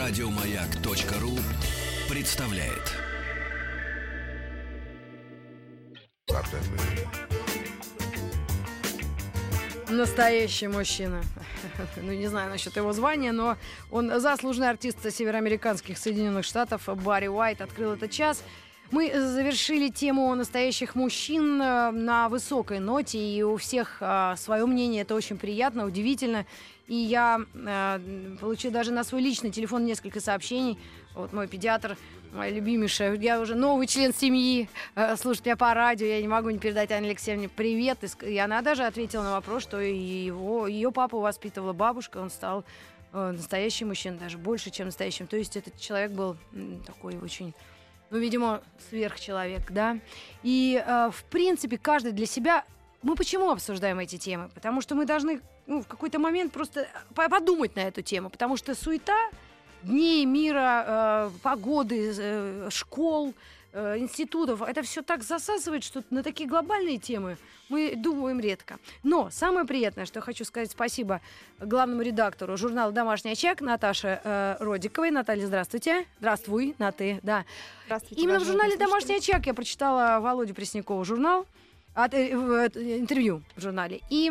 Радиомаяк.ру представляет. Настоящий мужчина. Ну, не знаю насчет его звания, но он заслуженный артист североамериканских Соединенных Штатов Барри Уайт открыл этот час. Мы завершили тему настоящих мужчин на высокой ноте, и у всех свое мнение. Это очень приятно, удивительно. И я получила даже на свой личный телефон несколько сообщений. Вот мой педиатр, моя любимейшая, я уже новый член семьи, слушает меня по радио, я не могу не передать Анне Алексеевне привет. И она даже ответила на вопрос, что ее папу воспитывала бабушка, он стал настоящим мужчиной, даже больше, чем настоящим. То есть этот человек был такой очень... Ну, видимо, сверхчеловек, да. И, в принципе, каждый для себя... Мы почему обсуждаем эти темы? Потому что мы должны в какой-то момент просто подумать на эту тему. Потому что суета дней мира, погоды, школ, институтов, это все так засасывает, что на такие глобальные темы мы думаем редко. Но самое приятное, что я хочу сказать спасибо главному редактору журнала «Домашний очаг» Наташе Родиковой. Наталья, здравствуйте. Здравствуй, на ты, да. Здравствуйте. Именно в журнале «Домашний очаг» я прочитала Володю Преснякову журнал, интервью в журнале. И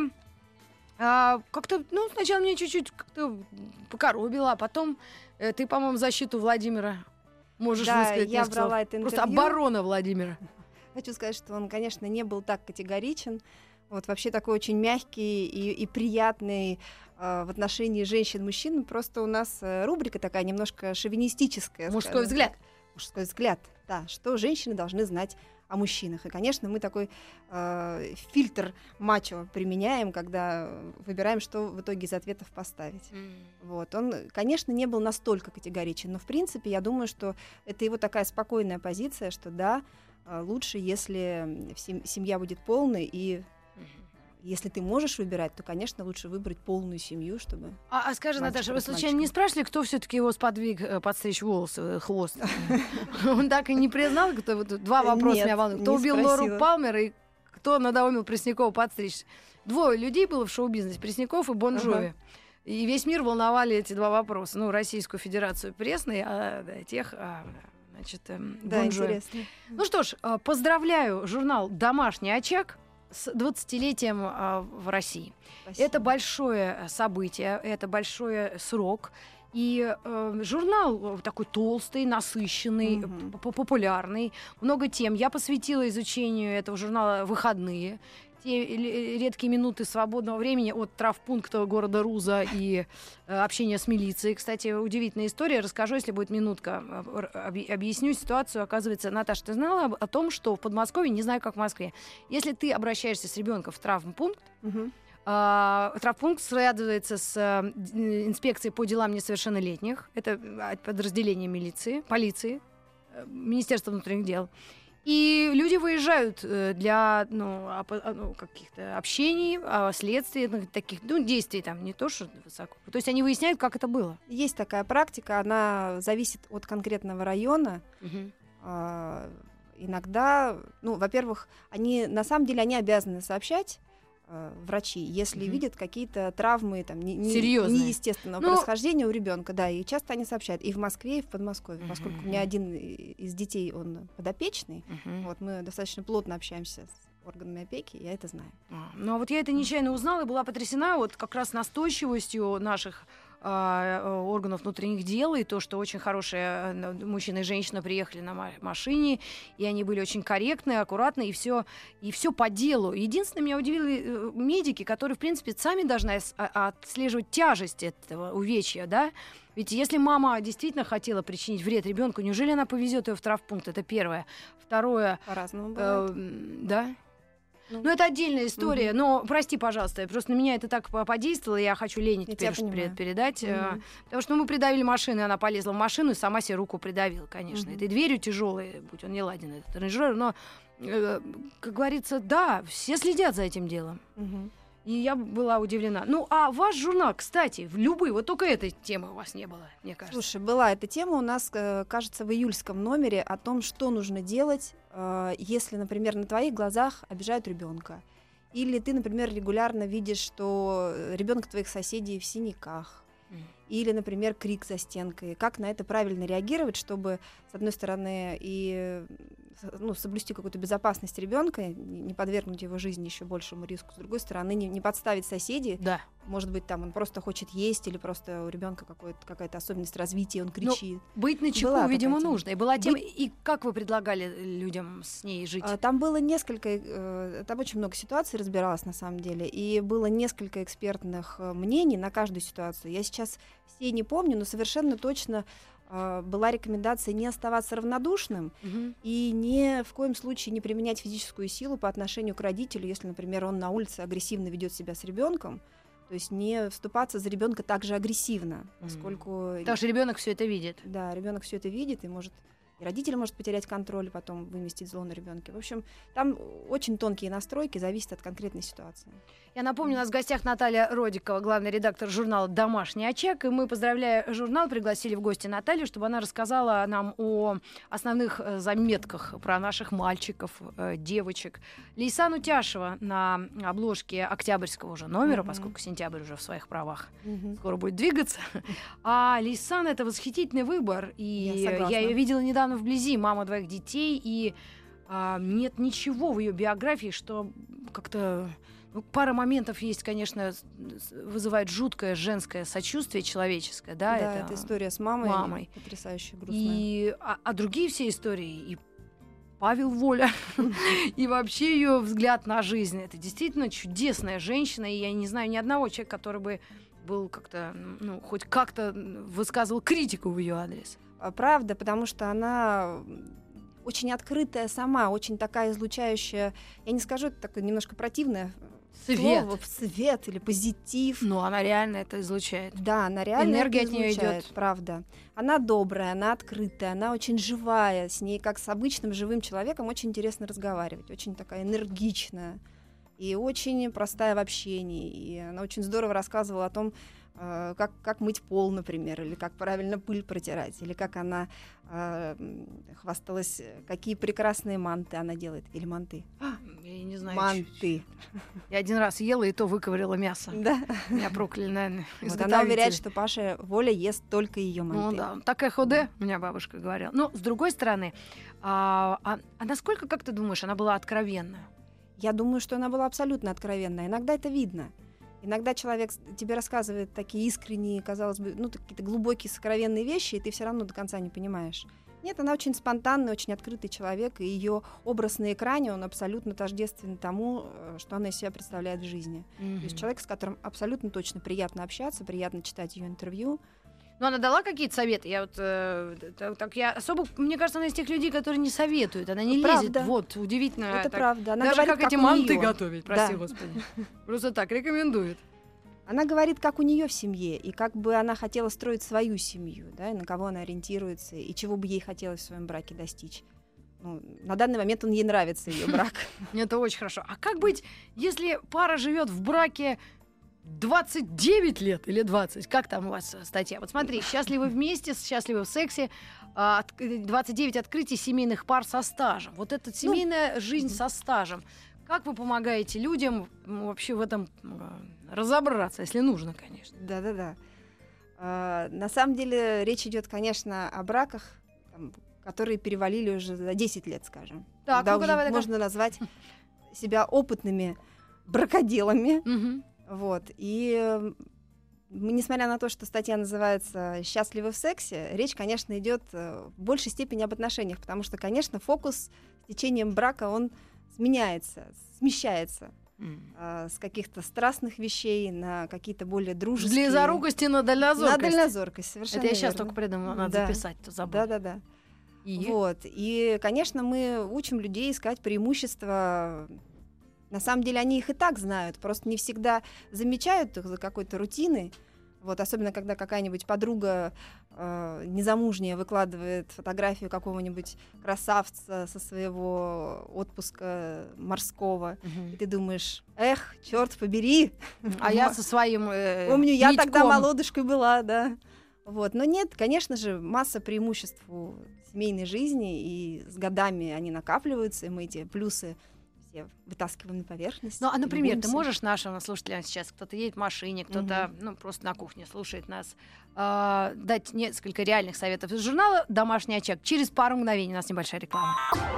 как-то, сначала меня чуть-чуть как-то покоробило, а потом ты, по-моему, защиту Владимира можешь высказать. Я брала это интервью. Просто оборона Владимира. Хочу сказать, что он, конечно, не был так категоричен. Вот вообще такой очень мягкий и приятный в отношении женщин-мужчин. Просто у нас рубрика такая немножко шовинистическая. Мужской взгляд. Мужской взгляд, да. Что женщины должны знать о мужчинах. И, конечно, мы такой фильтр мачо применяем, когда выбираем, что в итоге из ответов поставить. Вот. Он, конечно, не был настолько категоричен, но, в принципе, я думаю, что это его такая спокойная позиция, что да, лучше, если семья будет полной, и если ты можешь выбирать, то, конечно, лучше выбрать полную семью, чтобы... Скажи, Наташа, вы случайно не спрашивали, кто все-таки его сподвиг подстричь волосы, хвост? Он так и не признал? Два вопроса меня волнуют. Кто убил Лору Палмер и кто надоумил Преснякова подстричься? Двое людей было в шоу-бизнесе, Пресняков и Бон Джови. И весь мир волновали эти два вопроса. Российскую Федерацию пресной, Да, интересно. Ну что ж, поздравляю журнал «Домашний очаг» с 20-летием в России. Спасибо. Это большое событие, это большой срок. И журнал такой толстый, насыщенный, популярный, много тем. Я посвятила изучению этого журнала выходные. Те редкие минуты свободного времени от травмпункта города Руза и общения с милицией. Кстати, удивительная история. Расскажу, если будет минутка. Объясню ситуацию. Оказывается, Наташа, ты знала о том, что в Подмосковье, не знаю, как в Москве, если ты обращаешься с ребенком в травмпункт, травмпункт связывается с инспекцией по делам несовершеннолетних. Это подразделение милиции, полиции, Министерства внутренних дел. И люди выезжают для каких-то общений, следствий, таких действий там не то, что высоко. То есть они выясняют, как это было. Есть такая практика, она зависит от конкретного района. Иногда, во-первых, на самом деле они обязаны сообщать врачи, если видят какие-то травмы неестественного происхождения у ребенка, да, и часто они сообщают и в Москве, и в Подмосковье, поскольку у меня один из детей, он подопечный, вот мы достаточно плотно общаемся с органами опеки, я это знаю. Вот я это нечаянно узнала и была потрясена как раз настойчивостью наших органов внутренних дел, и то, что очень хорошие мужчина и женщина приехали на машине, и они были очень корректные, аккуратные, и все по делу. Единственное, меня удивили медики, которые, в принципе, сами должны отслеживать тяжесть этого увечья, да? Ведь если мама действительно хотела причинить вред ребенку, неужели она повезет ее в травмпункт? Это первое. Второе. По-разному бывает. Да? Это отдельная история, но прости, пожалуйста, просто на меня это так подействовало, я хочу Лене теперь передать, потому что мы придавили машину, и она полезла в машину и сама себе руку придавила, конечно. Этой дверью тяжелой, будь он не ладен, этот рейндж-ровер, но, как говорится, да, все следят за этим делом. И я была удивлена. А ваш журнал, кстати, вот только этой темы у вас не было, мне кажется. Слушай, была эта тема у нас, кажется, в июльском номере о том, что нужно делать, если, например, на твоих глазах обижают ребенка. Или ты, например, регулярно видишь, что ребенок твоих соседей в синяках. или, например, крик за стенкой. Как на это правильно реагировать, чтобы, с одной стороны, и соблюсти какую-то безопасность ребенка, не подвергнуть его жизни еще большему риску, с другой стороны, не подставить соседей. Да. Может быть, там он просто хочет есть, или просто у ребенка какая-то особенность развития, он кричит. Быть начеку, видимо, нужно. И была тема. И как вы предлагали людям с ней жить? Там было несколько, там очень много ситуаций разбиралось на самом деле, и было несколько экспертных мнений на каждую ситуацию. Я сейчас все не помню, но совершенно точно была рекомендация не оставаться равнодушным и ни в коем случае не применять физическую силу по отношению к родителю, если, например, он на улице агрессивно ведет себя с ребенком. То есть не вступаться за ребенка так же агрессивно, поскольку... Потому что ребенок все это видит. Да, ребенок все это видит, и родитель может потерять контроль, потом выместить зло на ребенке. В общем, там очень тонкие настройки, зависят от конкретной ситуации. Я напомню, у нас в гостях Наталья Родикова, главный редактор журнала «Домашний очаг». И мы, поздравляя журнал, пригласили в гости Наталью, чтобы она рассказала нам о основных заметках про наших мальчиков, девочек. Лейсан Утяшева на обложке октябрьского уже номера, поскольку сентябрь уже в своих правах скоро будет двигаться. А Лейсан — это восхитительный выбор. И я ее видела недавно вблизи, мама 2 детей, и нет ничего в ее биографии, что как-то... пара моментов есть, конечно, вызывает жуткое женское сочувствие человеческое, да? Да, это история с мамой. Потрясающе грустная. А другие все истории, и Павел Воля, и вообще ее взгляд на жизнь. Это действительно чудесная женщина, и я не знаю ни одного человека, который бы был как-то, хоть как-то высказывал критику в ее адрес. Правда, потому что она очень открытая сама, очень такая излучающая, я не скажу, это такое немножко противное слово, свет или позитив. Но она реально это излучает. Да, она реально энергия это от нее излучает, идет. правда. Она добрая, она открытая, она очень живая, с ней как с обычным живым человеком очень интересно разговаривать, очень такая энергичная и очень простая в общении. И она очень здорово рассказывала о том, как мыть пол, например, или как правильно пыль протирать, или как она хвасталась, какие прекрасные манты она делает. Или манты? Я не знаю. Манты. Я один раз ела, и то выковырила мясо. Да. Меня прокляли, наверное, она уверяет, что Паша Воля ест только ее манты. Да, такая ходе, у меня бабушка говорила. Но, с другой стороны, а насколько, как ты думаешь, она была откровенна? Я думаю, что она была абсолютно откровенна. Иногда это видно. Иногда человек тебе рассказывает такие искренние, казалось бы, какие-то глубокие, сокровенные вещи, и ты все равно до конца не понимаешь. Нет, она очень спонтанный, очень открытый человек, и ее образ на экране, он абсолютно тождествен тому, что она из себя представляет в жизни. То есть человек, с которым абсолютно точно приятно общаться, приятно читать ее интервью. Но она дала какие-то советы? Я особо, мне кажется, она из тех людей, которые не советуют, она не лезет. Вот, удивительно. Это правда. Она даже говорит, как эти манты готовить, прости да. господи. Просто так, рекомендует. Она говорит, как у нее в семье, и как бы она хотела строить свою семью, да, и на кого она ориентируется, и чего бы ей хотелось в своем браке достичь. На данный момент ей нравится ее брак. Это очень хорошо. А как быть, если пара живет в браке 29 лет или 20? Как там у вас статья? Вот смотри, счастливы вместе, счастливы в сексе, 29 открытий семейных пар со стажем. Вот эта семейная жизнь со стажем. Как вы помогаете людям вообще в этом разобраться, если нужно, конечно? Да. На самом деле речь идет, конечно, о браках, которые перевалили уже за 10 лет, скажем. Так, когда можно назвать себя опытными бракоделами. Вот. И несмотря на то, что статья называется «Счастливы в сексе», речь, конечно, идет в большей степени об отношениях, потому что, конечно, фокус с течением брака, он смещается с каких-то страстных вещей на какие-то более дружеские. С близорукости на дальнозоркость. На дальнозоркость, совершенно Это я сейчас верно. только придумала, надо записать, то забыла. Да. И, конечно, мы учим людей искать преимущества. На самом деле они их и так знают, просто не всегда замечают их за какой-то рутиной. Вот, особенно когда какая-нибудь подруга незамужняя выкладывает фотографию какого-нибудь красавца со своего отпуска морского, и ты думаешь, черт побери! А я со своим помню, я тогда молодушкой была, да. Вот. Но нет, конечно же, масса преимуществ у семейной жизни, и с годами они накапливаются, и мы эти плюсы все вытаскиваем на поверхность. Ну, а, например, ты любуемся. можешь нашим слушателям сейчас, кто-то едет в машине, кто-то, просто на кухне слушает нас, дать несколько реальных советов из журнала «Домашний очаг». Через пару мгновений у нас небольшая реклама.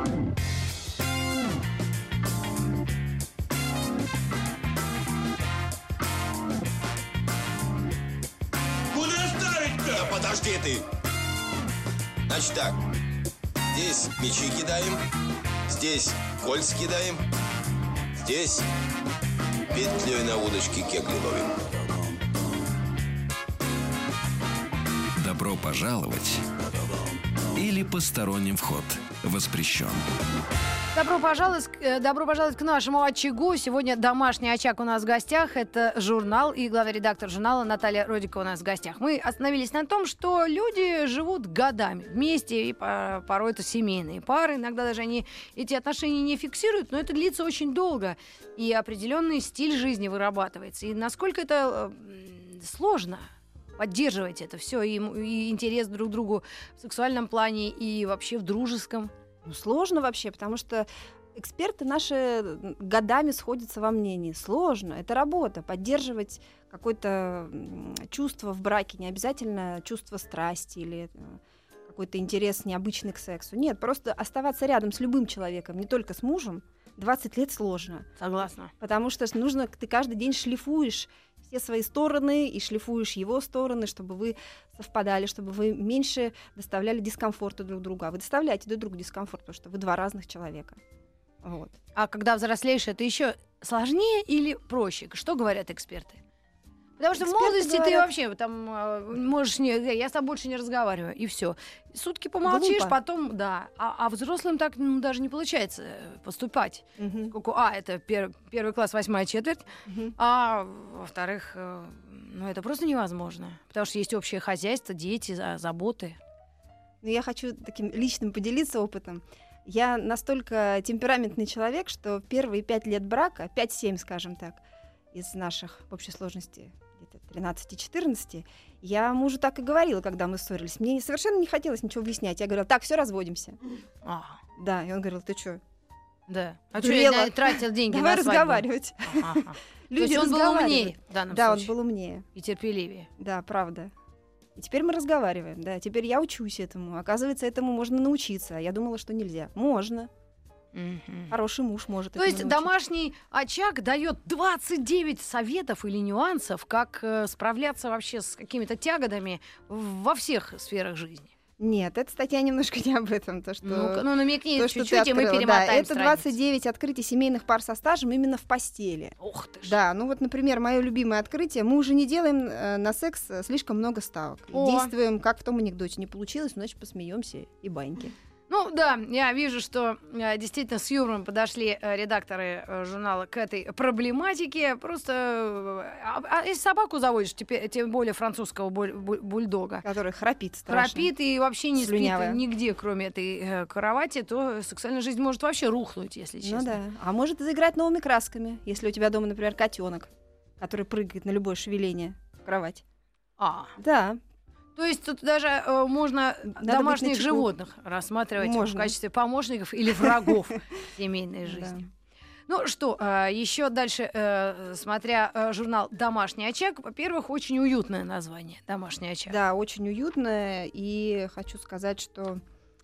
Куда ставить-то? Да подожди ты! Значит так, здесь мячи кидаем, здесь кольца кидаем, здесь петлей на удочке кегли ловим. Добро пожаловать или посторонним вход воспрещен. Добро пожаловать к нашему очагу. Сегодня «Домашний очаг» у нас в гостях. Это журнал и главный редактор журнала Наталья Родикова у нас в гостях. Мы остановились на том, что люди живут годами вместе, и порой это семейные пары. Иногда даже они эти отношения не фиксируют, но это длится очень долго. И определенный стиль жизни вырабатывается. И насколько это сложно поддерживать это все, и интерес друг к другу в сексуальном плане, и вообще в дружеском. Ну, сложно вообще, потому что эксперты наши годами сходятся во мнении. Сложно, это работа. Поддерживать какое-то чувство в браке, не обязательно чувство страсти или какой-то интерес необычный к сексу. Нет, просто оставаться рядом с любым человеком, не только с мужем, 20 лет сложно. Согласна. Потому что ты каждый день шлифуешь все свои стороны и шлифуешь его стороны, чтобы вы совпадали, чтобы вы меньше доставляли дискомфорта друг другу. А вы доставляете друг другу дискомфорт, потому что вы два разных человека. Вот. А когда взрослеешь, это еще сложнее или проще? Что говорят эксперты? Потому что в молодости ты вообще там можешь я с тобой больше не разговариваю, и все. Сутки помолчишь, Глупо. потом, да. А взрослым так даже не получается поступать. Это первый класс, 8-я четверть, а во-вторых, это просто невозможно. Потому что есть общее хозяйство, дети, заботы. Но я хочу таким личным поделиться опытом. Я настолько темпераментный человек, что первые 5 лет брака, 5-7, скажем так, из наших в общей сложности где-то 13-14, я мужу так и говорила, когда мы ссорились. Мне совершенно не хотелось ничего объяснять. Я говорила, так, все, разводимся. Да, и он говорил, ты что? Да. А что я тратил деньги Давай на свадьбу? разговаривать. Люди он был разговаривают. умнее в данном Да, он случае. был умнее. И терпеливее. Да, правда. И теперь мы разговариваем, да. Теперь я учусь этому. Оказывается, этому можно научиться. Я думала, что нельзя. Можно. Хороший муж может. То есть домашний очаг дает 29 советов или нюансов, как справляться вообще с какими-то тяготами во всех сферах жизни. Нет, эта статья немножко не об этом. То, что, намекни то, чуть-чуть, и мы открыла. перемотаем Да, это страницу. 29 открытий семейных пар со стажем именно в постели. Ух ты ж. Да, например, мое любимое открытие. Мы уже не делаем на секс слишком много ставок. Действуем, как в том анекдоте. Не получилось, значит, посмеемся и баньки. Я вижу, что действительно с юмором подошли редакторы журнала к этой проблематике. Просто если собаку заводишь, тем более французского бульдога, который храпит страшно. Храпит и вообще не Слюнявая. спит нигде, кроме этой кровати, то сексуальная жизнь может вообще рухнуть, если честно. Ну да. А может заиграть новыми красками, если у тебя дома, например, котенок, который прыгает на любое шевеление в кровать. Да. То есть тут даже можно домашних животных рассматривать в качестве помощников или врагов семейной жизни. Ну что, еще дальше, смотря журнал «Домашний очаг», во-первых, очень уютное название «Домашний очаг». Да, очень уютное, и хочу сказать, что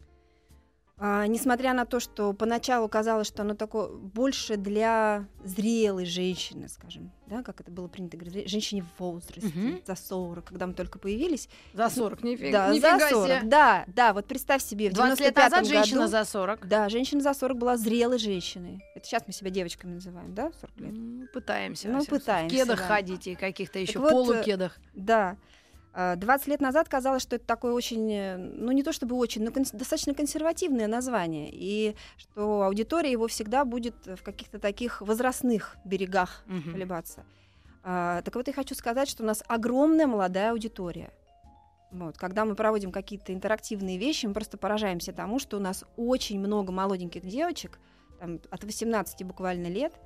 несмотря на то, что поначалу казалось, что оно такое больше для зрелой женщины, скажем, да, как это было принято говорить, женщине в возрасте, за 40, когда мы только появились. За 40, нифига себе. Да, вот представь себе, в 20 лет назад женщина за 40. Да, женщина за 40 была зрелой женщиной. Это сейчас мы себя девочками называем, да, 40 лет? Пытаемся. Пытаемся. В кедах ходить и каких-то еще полукедах. Да. 20 лет назад казалось, что это такое очень, не то чтобы очень, но достаточно консервативное название, и что аудитория его всегда будет в каких-то таких возрастных берегах колебаться. Так вот, я хочу сказать, что у нас огромная молодая аудитория. Когда мы проводим какие-то интерактивные вещи, мы просто поражаемся тому, что у нас очень много молоденьких девочек, там, от 18 буквально лет,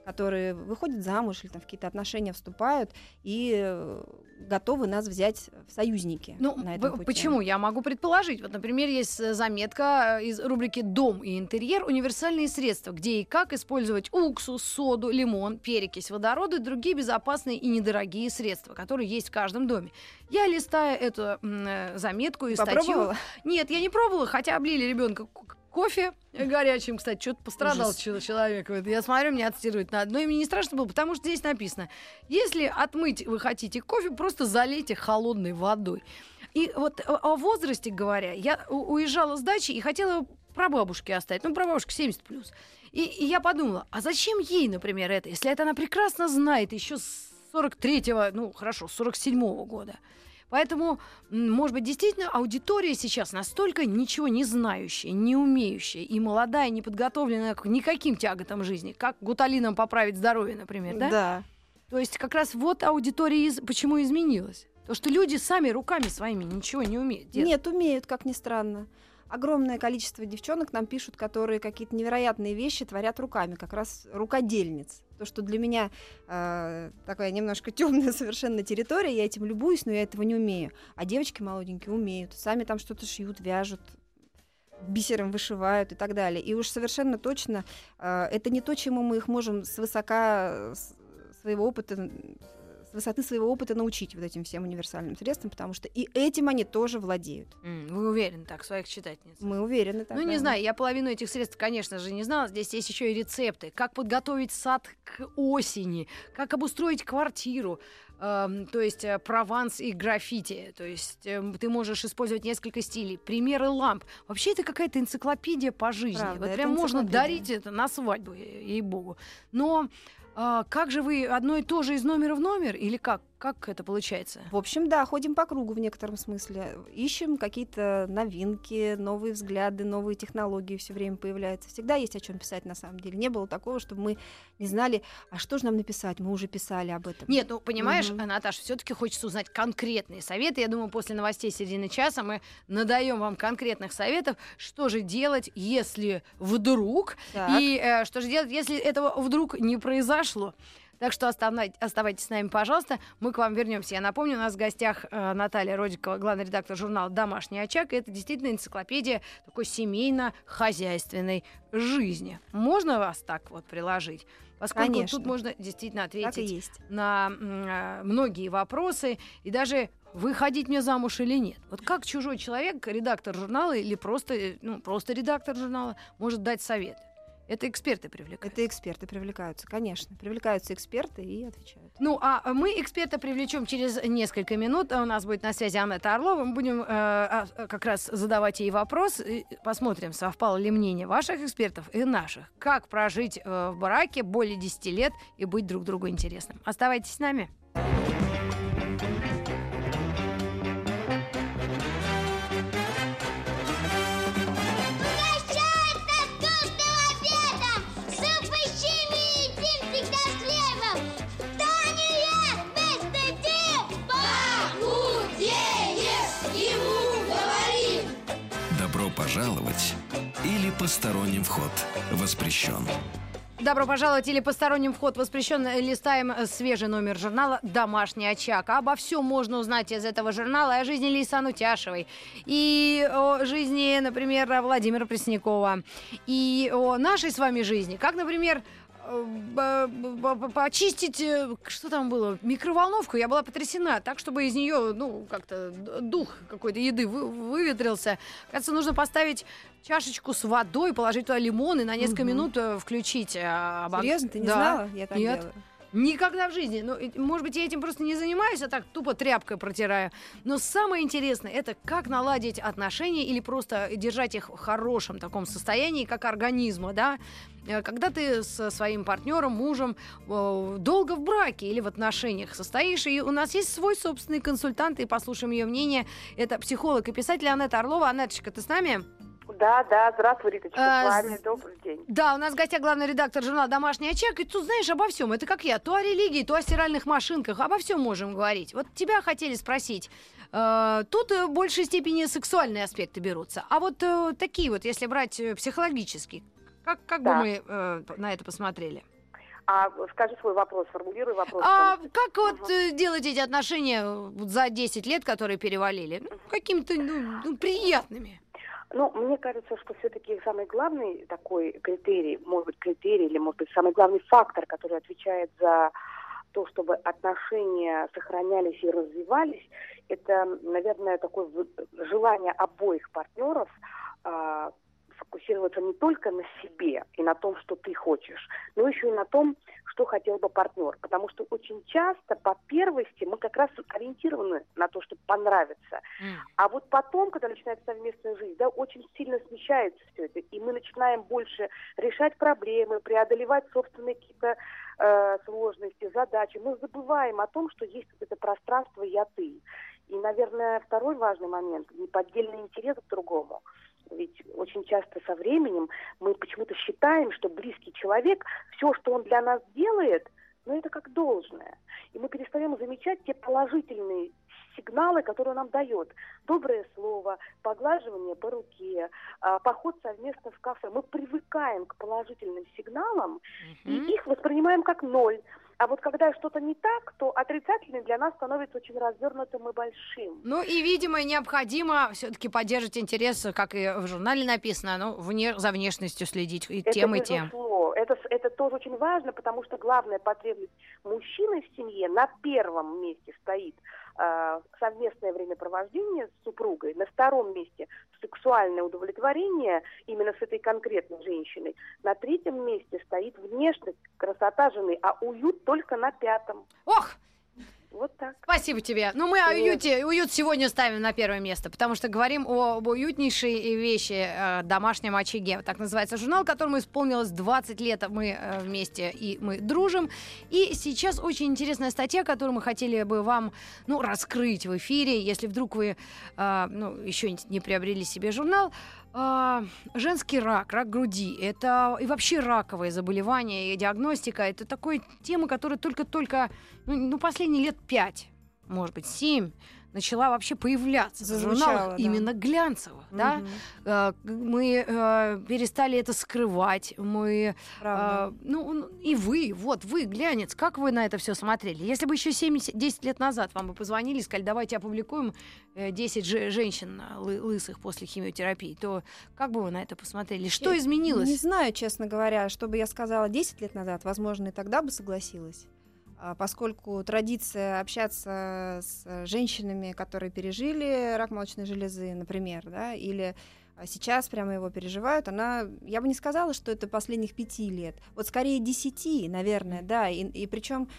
которые выходят замуж или там в какие-то отношения вступают и готовы нас взять в союзники на этом пути. Почему? Я могу предположить. Вот, например, есть заметка из рубрики «Дом и интерьер. Универсальные средства», где и как использовать уксус, соду, лимон, перекись водорода и другие безопасные и недорогие средства, которые есть в каждом доме. Я листаю эту заметку и статью. Попробовала? Нет, я не пробовала, хотя облили ребенка кофе горячим, кстати, что-то пострадал человек. Я смотрю, мне отстирывать надо. Но им не страшно было, потому что здесь написано: если отмыть вы хотите кофе, просто залейте холодной водой. И вот о возрасте говоря, я уезжала с дачи и хотела прабабушке оставить. Прабабушке 70+. И я подумала, а зачем ей, например, это, если это она прекрасно знает еще с 43-го, с 47-го года. Поэтому, может быть, действительно аудитория сейчас настолько ничего не знающая, не умеющая и молодая, не подготовленная к никаким тяготам жизни, как гуталином поправить здоровье, например, да? Да. То есть как раз вот аудитория почему изменилась. Потому что люди сами руками своими ничего не умеют делать. Нет, умеют, как ни странно. Огромное количество девчонок нам пишут, которые какие-то невероятные вещи творят руками, как раз рукодельниц. То, что для меня такая немножко темная совершенно территория, я этим любуюсь, но я этого не умею. А девочки молоденькие умеют, сами там что-то шьют, вяжут, бисером вышивают и так далее. И уж совершенно точно это не то, чему мы их можем с высоты своего опыта научить вот этим всем универсальным средствам, потому что и этим они тоже владеют. Вы уверены так, в своих читательницах? Мы уверены так. Не знаю, я половину этих средств, конечно же, не знала. Здесь есть еще и рецепты. Как подготовить сад к осени, как обустроить квартиру, то есть прованс и граффити. То есть ты можешь использовать несколько стилей. Примеры ламп. Вообще это какая-то энциклопедия по жизни. Правда, вот прям можно дарить это на свадьбу, ей-богу. Но как же вы одно и то же из номера в номер? Или как? Как это получается? В общем, да, ходим по кругу в некотором смысле. Ищем какие-то новинки, новые взгляды, новые технологии все время появляются. Всегда есть о чем писать на самом деле. Не было такого, чтобы мы не знали, а что же нам написать? Мы уже писали об этом. Нет, понимаешь, Наташа, все-таки хочется узнать конкретные советы. Я думаю, после новостей середины часа мы надаем вам конкретных советов, что же делать, если вдруг, и что же делать, если этого вдруг не произошло. Так что оставайтесь с нами, пожалуйста. Мы к вам вернемся. Я напомню, у нас в гостях Наталья Родикова, главный редактор журнала «Домашний очаг». И это действительно энциклопедия такой семейно-хозяйственной жизни. Можно вас так вот приложить? Поскольку Конечно. Тут можно действительно ответить на многие вопросы. И даже выходить мне замуж или нет. Вот как чужой человек, редактор журнала или просто редактор журнала может дать совет? Это эксперты привлекаются. Это эксперты привлекаются, конечно. Привлекаются эксперты и отвечают. А мы эксперта привлечем через несколько минут. У нас будет на связи Анетта Орлова. Мы будем как раз задавать ей вопрос. И посмотрим, совпало ли мнение ваших экспертов и наших. Как прожить в браке более 10 лет и быть друг другу интересным. Оставайтесь с нами. Пожаловать или посторонним вход воспрещен. Добро пожаловать или посторонним вход воспрещен. Листаем свежий номер журнала «Домашний очаг». Обо всем можно узнать из этого журнала. И о жизни Лейсан Утяшевой, и о жизни, например, Владимира Преснякова, и о нашей с вами жизни. Как, например, почистить, что там было, микроволновку. Я была потрясена, так, чтобы из нее, как-то дух какой-то еды выветрился. Кажется, нужно поставить чашечку с водой, положить туда лимон и на несколько минут включить. Серьезно, ты не знала? Я так делаю. Никогда в жизни. Может быть, я этим просто не занимаюсь, а так тупо тряпкой протираю. Но самое интересное, это как наладить отношения или просто держать их в хорошем таком состоянии, как организма, да? Когда ты со своим партнером, мужем долго в браке или в отношениях состоишь, и у нас есть свой собственный консультант, и послушаем ее мнение. Это психолог и писатель Анетта Орлова. Анеточка, ты с нами? Да, здравствуй, Риточка, с вами, добрый день. Да, у нас в гостях главный редактор журнала «Домашний очаг», и тут знаешь обо всем. Это как я, то о религии, то о стиральных машинках, обо всем можем говорить. Вот тебя хотели спросить. Тут в большей степени сексуальные аспекты берутся. А вот такие вот, если брать психологически, как бы мы на это посмотрели? А скажи свой вопрос, формулируй вопрос. Как вот делать эти отношения за 10 лет, которые перевалили, какими-то приятными? Мне кажется, что все-таки самый главный такой критерий, может быть, или, может быть, самый главный фактор, который отвечает за то, чтобы отношения сохранялись и развивались, это, наверное, такое желание обоих партнеров фокусироваться не только на себе и на том, что ты хочешь, но еще и на том, что хотел бы партнер. Потому что очень часто по первости мы как раз ориентированы на то, чтобы понравиться. А вот потом, когда начинается совместная жизнь, да, очень сильно смещается все это, и мы начинаем больше решать проблемы, преодолевать собственные какие-то сложности, задачи. Мы забываем о том, что есть вот это пространство «я-ты». И, наверное, второй важный момент – неподдельный интерес к другому. Ведь очень часто со временем мы почему-то считаем, что близкий человек, все, что он для нас делает, это как должное. И мы перестаем замечать те положительные сигналы, которые он нам дает. Доброе слово, поглаживание по руке, поход совместно в кафе. Мы привыкаем к положительным сигналам и их воспринимаем как ноль. А вот когда что-то не так, то отрицательный для нас становится очень развернутым и большим. И, видимо, необходимо все-таки поддерживать интерес, как и в журнале написано, за внешностью следить и тем, и тем. Это тоже очень важно, потому что главная потребность мужчины в семье на первом месте стоит совместное времяпровождение с супругой, на втором месте сексуальное удовлетворение именно с этой конкретной женщиной, на третьем месте стоит внешность, красота жены, а уют только на пятом. Ох! Вот так. Спасибо тебе. Мы о уюте, уют сегодня ставим на первое место, потому что говорим об уютнейшей вещи, домашнем очаге. Так называется журнал, которому исполнилось 20 лет. Мы вместе и мы дружим. И сейчас очень интересная статья, которую мы хотели бы вам раскрыть в эфире, если вдруг вы еще не приобрели себе журнал. Женский рак груди, это и вообще раковые заболевания и диагностика, это такая тема, которая только-только, последние лет 5, может быть, 7 начала вообще появляться в журналах именно глянцевых, да? Мы перестали это скрывать, мы, и вы, глянец, как вы на это все смотрели? Если бы еще 10 лет назад вам бы позвонили и сказали, давайте опубликуем 10 женщин лысых после химиотерапии, то как бы вы на это посмотрели? Что изменилось? Не знаю, честно говоря, что бы я сказала 10 лет назад, возможно, и тогда бы согласилась. Поскольку традиция общаться с женщинами, которые пережили рак молочной железы, например, да, или сейчас прямо его переживают, я бы не сказала, что это последних 5 лет, вот скорее 10, наверное, да, и причем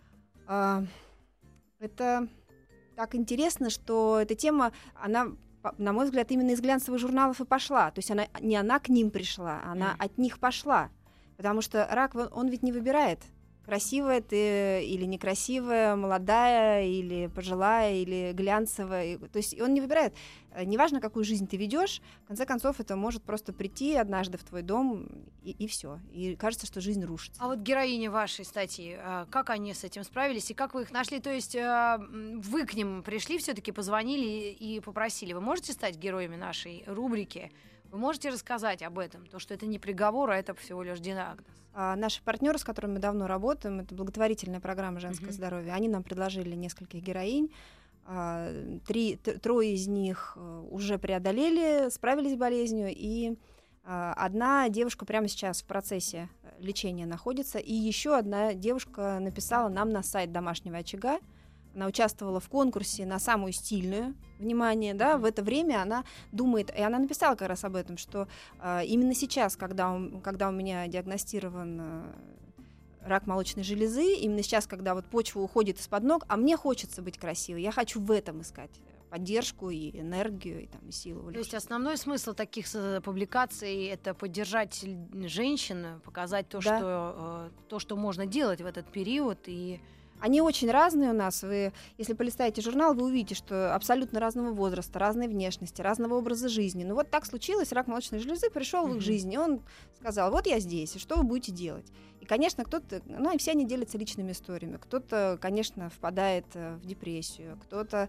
это так интересно, что эта тема, она, на мой взгляд, именно из глянцевых журналов и пошла, то есть не она к ним пришла, она от них пошла, потому что рак, он ведь не выбирает, красивая ты или некрасивая, молодая или пожилая, или глянцевая. То есть он не выбирает. Неважно, какую жизнь ты ведешь, в конце концов, это может просто прийти однажды в твой дом, и все. И кажется, что жизнь рушится. А вот героини вашей статьи, как они с этим справились, и как вы их нашли? То есть вы к ним пришли, все-таки позвонили и попросили. Вы можете стать героями нашей рубрики? Вы можете рассказать об этом? То, что это не приговор, а это всего лишь диагноз. Наши партнеры, с которыми мы давно работаем, это благотворительная программа «Женское здоровье», они нам предложили нескольких героинь. 3 из них уже преодолели, справились с болезнью, и одна девушка прямо сейчас в процессе лечения находится, и еще одна девушка написала нам на сайт «Домашнего очага». Она участвовала в конкурсе на самую стильную, внимание, да, в это время она думает, и она написала как раз об этом, что именно сейчас, когда у меня диагностирован рак молочной железы, именно сейчас, когда вот почва уходит из-под ног, а мне хочется быть красивой, я хочу в этом искать поддержку и энергию, и силу. То есть основной смысл таких публикаций — это поддержать женщин, показать то, что можно делать в этот период, и Они очень разные у нас. Вы, если полистаете журнал, вы увидите, что абсолютно разного возраста, разной внешности, разного образа жизни. Ну вот так случилось, рак молочной железы пришел в их жизнь, и он сказал, вот я здесь, и что вы будете делать? И, конечно, кто-то, ну и все они делятся личными историями. Кто-то, конечно, впадает в депрессию, кто-то,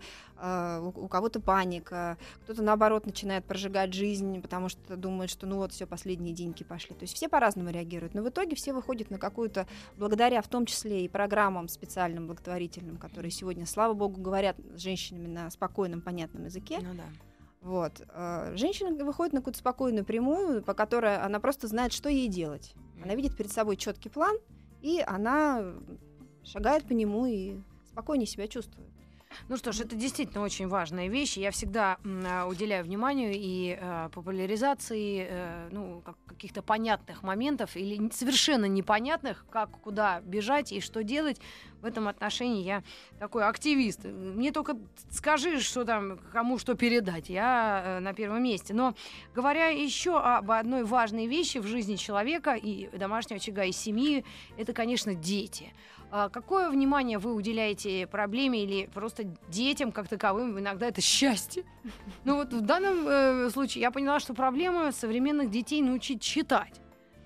у кого-то паника, кто-то, наоборот, начинает прожигать жизнь, потому что думает, что ну вот все, последние деньги пошли. То есть все по-разному реагируют. Но в итоге все выходят на какую-то, благодаря в том числе и программам специальным, благотворительным, которые сегодня, слава богу, говорят с женщинами на спокойном, понятном языке. Ну да. Вот. Женщина выходит на какую-то спокойную прямую, по которой она просто знает, что ей делать. Она видит перед собой четкий план, и она шагает по нему и спокойнее себя чувствует. Ну что ж, это действительно очень важная вещь. Я всегда уделяю вниманию и популяризации каких-то понятных моментов или совершенно непонятных, как куда бежать и что делать. В этом отношении я такой активист. Мне только скажи, что там, кому что передать. Я на первом месте. Но говоря еще об одной важной вещи в жизни человека и домашнего очага, и семьи, это, конечно, дети. Какое внимание вы уделяете проблеме или просто детям как таковым? Иногда это счастье. Но вот в данном случае я поняла, что проблема современных детей научить читать.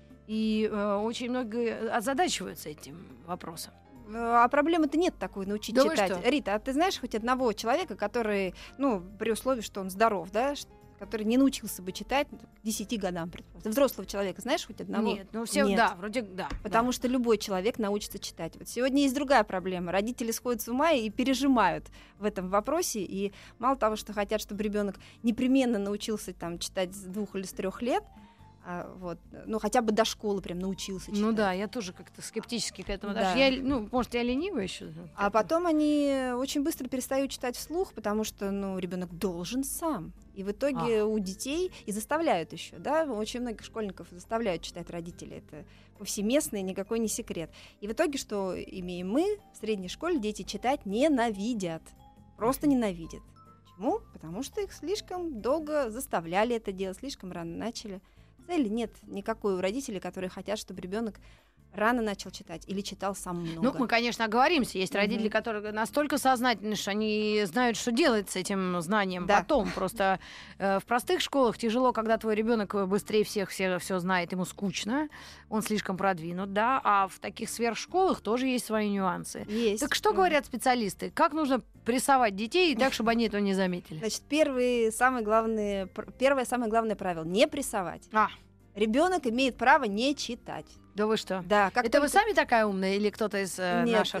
И очень многие озадачиваются этим вопросом. А проблемы-то нет такой научить Да читать. Рита, а ты знаешь хоть одного человека, который, ну, при условии, что он здоров, да, который не научился бы читать к 10 годам, предположим. Взрослого человека знаешь хоть одного? Нет, ну все, Нет. да, вроде да. Потому что любой человек научится читать. Вот сегодня есть другая проблема. Родители сходят с ума и пережимают в этом вопросе. И мало того, что хотят, чтобы ребенок непременно научился там, читать с 2 или с 3 лет, вот, ну хотя бы до школы прям научился читать. Ну да, я тоже как-то скептически к этому. Да. Даже может, я ленивая еще. А потом они очень быстро перестают читать вслух, потому что, ну, ребенок должен сам. И в итоге у детей и заставляют еще, да, очень многих школьников заставляют читать родители. Это повсеместно и никакой не секрет. И в итоге, что имеем мы в средней школе, дети читать ненавидят. Просто ненавидят. Почему? Потому что их слишком долго заставляли это делать, слишком рано начали. Цели нет никакой у родителей, которые хотят, чтобы ребенок рано начал читать или читал сам много. Ну, мы, конечно, оговоримся. Есть родители, которые настолько сознательны, что они знают, что делать с этим знанием потом. Просто в простых школах тяжело, когда твой ребенок быстрее всех все знает, ему скучно, он слишком продвинут, да. А в таких сверхшколах тоже есть свои нюансы. Есть. Так что говорят специалисты? Как нужно прессовать детей так, чтобы они этого не заметили? Значит, первое самое главное правило — не прессовать. Ребенок имеет право не читать. Да вы что? Да, это вы сами такая умная или кто-то из наших?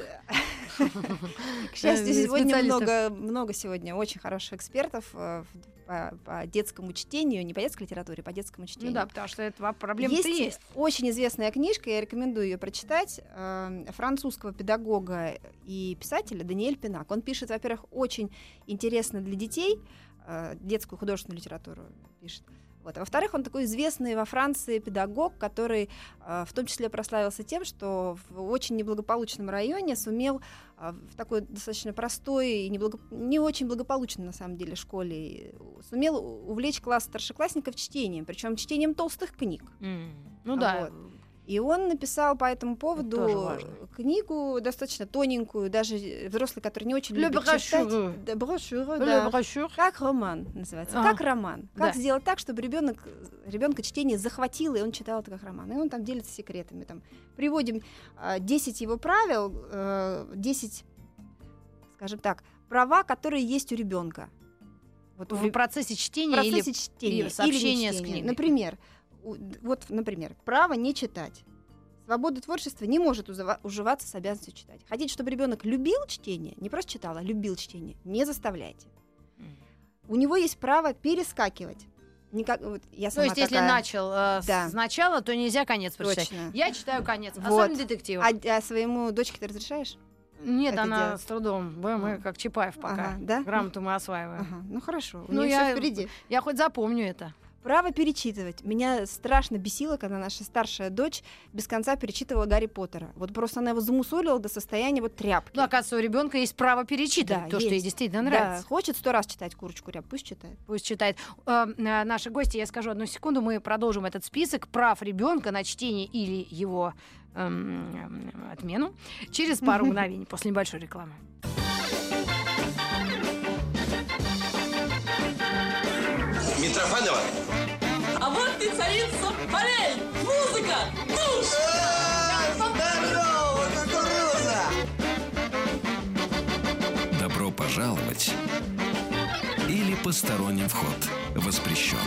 К счастью, сегодня много сегодня очень хороших экспертов по детскому чтению, не по детской литературе, по детскому чтению. Ну да, потому что эта проблема-то есть. Очень известная книжка, я рекомендую ее прочитать, французского педагога и писателя Даниэль Пинак. Он пишет, во-первых, очень интересно для детей, детскую художественную литературу пишет. Вот. А во-вторых, он такой известный во Франции педагог, который в том числе прославился тем, что в очень неблагополучном районе сумел в такой достаточно простой и не очень благополучной на самом деле школе сумел увлечь класс старшеклассников чтением, причем чтением толстых книг. Ну да. Вот. И он написал по этому поводу книгу достаточно тоненькую, даже взрослый, который не очень любит читать. Брошюру, да. Как роман называется. Как роман. Как сделать так, чтобы ребенка чтение захватило, и он читал это как роман. И он там делится секретами. Там, приводим 10 его правил, 10, скажем так, права, которые есть у ребенка. Вот в процессе чтения или сообщения с книгой. Например, право не читать. Свобода творчества не может уживаться с обязанностью читать. Хотите, чтобы ребенок любил чтение, не просто читал, а любил чтение, не заставляйте. У него есть право перескакивать. Если начал сначала, то нельзя конец прочитать. Точно. Я читаю конец, особенно детективы. А своему дочке ты разрешаешь? Нет, это она делать? С трудом. Мы как Чапаев пока. Да? Грамоту мы осваиваем. Ну хорошо, у Ну, нее всё впереди. Я хоть запомню это. Право перечитывать. Меня страшно бесило, когда наша старшая дочь без конца перечитывала Гарри Поттера. Вот просто она его замусолила до состояния вот тряпки. Ну, оказывается, у ребенка есть право перечитывать Да, то, что ей есть. действительно нравится. Да, хочет 100 раз читать «Курочку ряб», пусть читает. Пусть читает. Наши гости, я скажу одну секунду, мы продолжим этот список прав ребенка на чтение или его отмену через пару мгновений после небольшой рекламы. Митрофанова. А вот и царица полей! Музыка! Душ! Здорово, кукуруза! Добро пожаловать или посторонним вход воспрещен.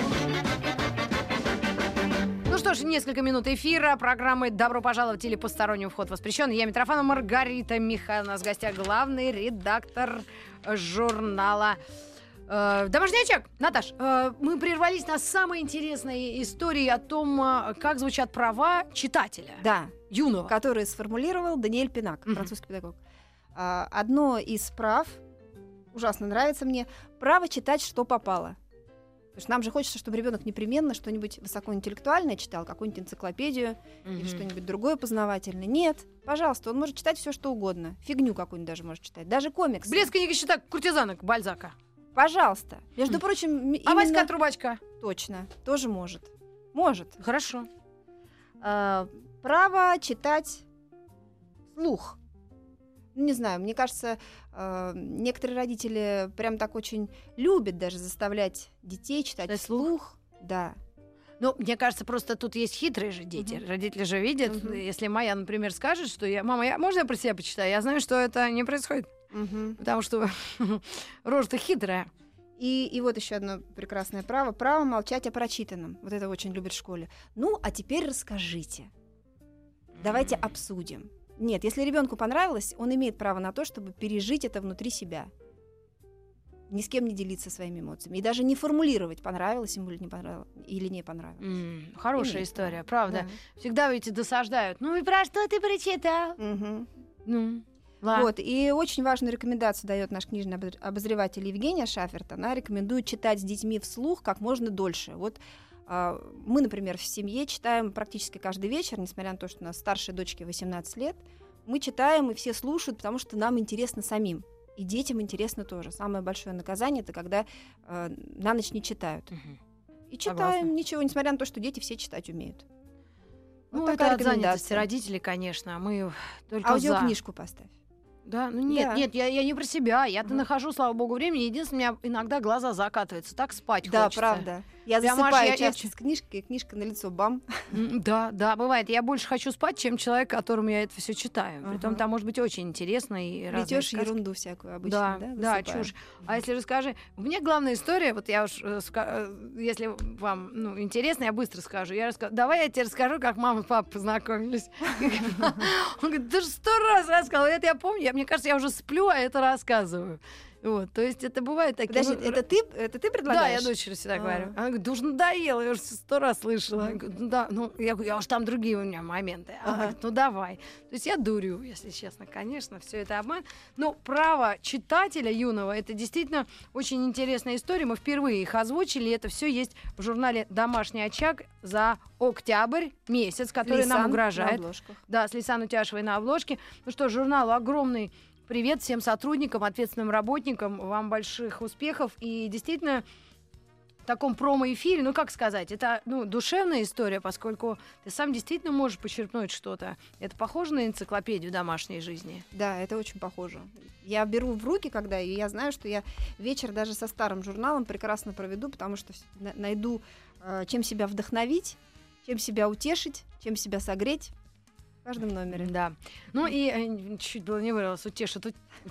Ну что ж, несколько минут эфира программы «Добро пожаловать» или «Посторонний вход воспрещен». Я Митрофанова Маргарита Михайловна. У нас в гостях главный редактор журнала «Домашний очаг». Наташ, мы прервались на самой интересной истории о том, как звучат права читателя. Да, Юного. который сформулировал Даниэль Пинак, французский педагог. Одно из прав, ужасно нравится мне, право читать, что попало. Потому что нам же хочется, чтобы ребенок непременно что-нибудь высокоинтеллектуальное читал, какую-нибудь энциклопедию или что-нибудь другое познавательное. Нет, пожалуйста, он может читать все, что угодно. Фигню какую-нибудь даже может читать, даже комиксы. Блеск книги счета куртизанок Бальзака. Пожалуйста. Между прочим, А Васька Трубачка? точно, тоже может. Может. Хорошо. Право читать вслух. Не знаю, мне кажется, некоторые родители прям так очень любят даже заставлять детей читать Читать вслух. Да. Ну, мне кажется, просто тут есть хитрые же дети. Родители же видят, если моя, например, скажет, что мама, можно я про себя почитаю? Я знаю, что это не происходит, потому что рожа-то хитрая. И вот еще одно прекрасное право. Право молчать о прочитанном. Вот это очень любят в школе. Ну, а теперь расскажите. Давайте обсудим. Нет, если ребенку понравилось, он имеет право на то, чтобы пережить это внутри себя. Ни с кем не делиться своими эмоциями. И даже не формулировать, понравилось ему или не понравилось. Хорошая Имеет история, право. правда. Да. Всегда ведь досаждают. Ну и про что ты прочитал? Ну, ладно. Вот, и очень важную рекомендацию дает наш книжный обозреватель Евгения Шаферт. Она рекомендует читать с детьми вслух как можно дольше. Вот мы, например, в семье читаем практически каждый вечер, несмотря на то, что у нас старшей дочке 18 лет. Мы читаем, и все слушают, потому что нам интересно самим. И детям интересно тоже. Самое большое наказание — это когда на ночь не читают. И читаем, Согласна. ничего, несмотря на то, что дети все читать умеют. Ну, Вот это такая от занятости рекомендация. родителей, конечно. Мы только за. Аудиокнижку поставь. Да, ну нет, Да. нет, я не про себя. Я-то нахожу, слава богу, времени. Единственное, у меня иногда глаза закатываются. Так спать Да, хочется. правда. Я Прям аж засыпаю я часто с книжкой, книжка на лицо, бам. Да, бывает. Я больше хочу спать, чем человек, которому я это все читаю. Притом Ага. там может быть очень интересно и разные Плетёшь сказки. ерунду всякую обычно, да? Да, засыпая? чушь. А если расскажи, у меня главная история, вот я уж, если вам интересно, я быстро скажу. Давай я тебе расскажу, как мама и папа познакомились. Он говорит, ты же 100 раз рассказывала, это я помню, мне кажется, я уже сплю, а это рассказываю. Вот, то есть это бывает такие... Подожди, это ты Да, предлагаешь? я дочери всегда говорю. Она говорит, да уж надоело, я уже 100 раз слышала. Я говорю, ну да, я говорю, уж там другие у меня моменты. Она говорит, ну давай. То есть я дурю, если честно, конечно, все это обман. Но право читателя юного, это действительно очень интересная история. Мы впервые их озвучили, это все есть в журнале «Домашний очаг» за октябрь месяц, который нам Лейсан угрожает. на обложках. Да, с Лейсан Утяшевой на обложке. Ну что, журналу огромный привет всем сотрудникам, ответственным работникам, вам больших успехов. И действительно, в таком промо-эфире, ну как сказать, это душевная история, поскольку ты сам действительно можешь почерпнуть что-то. Это похоже на энциклопедию домашней жизни. Да, это очень похоже. Я беру в руки, когда, и я знаю, что я вечер даже со старым журналом прекрасно проведу, потому что найду, чем себя вдохновить, чем себя утешить, чем себя согреть. В каждом номере. Да. Ну и чуть было не вырвалось, утешу.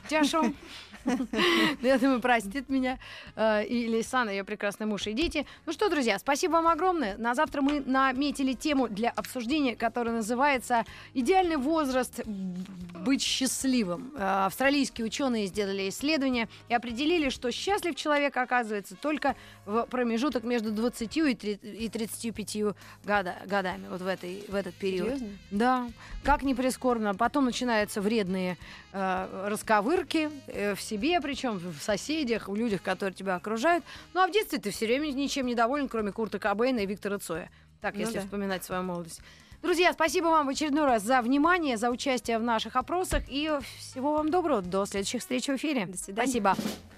Я думаю, простит меня. И Лейсан, ее прекрасный муж и дети. Ну что, друзья, спасибо вам огромное. На завтра мы наметили тему для обсуждения, которая называется «Идеальный возраст быть счастливым». Австралийские ученые сделали исследование и определили, что счастлив человек оказывается только в промежуток между 20 и 35 годами. Вот в этот период. Серьезно? Да. Как ни прискорбно. Потом начинаются вредные рассказы заковырки в себе, причем в соседях, в людях, которые тебя окружают. Ну а в детстве ты все время ничем не доволен, кроме Курта Кобейна и Виктора Цоя. Так, если вспоминать свою молодость. Друзья, спасибо вам в очередной раз за внимание, за участие в наших опросах. И всего вам доброго. До следующих встреч в эфире. До свидания. Спасибо.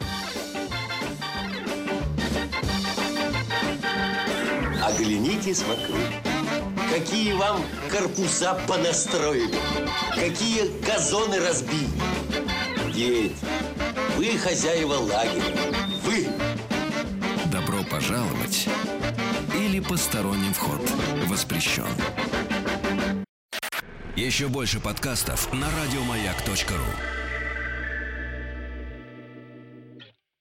Оглянитесь вокруг. Какие вам корпуса понастроили, какие газоны разбили. Дети, вы хозяева лагеря, вы. Добро пожаловать или посторонним вход воспрещен. Еще больше подкастов на радиомаяк.ру.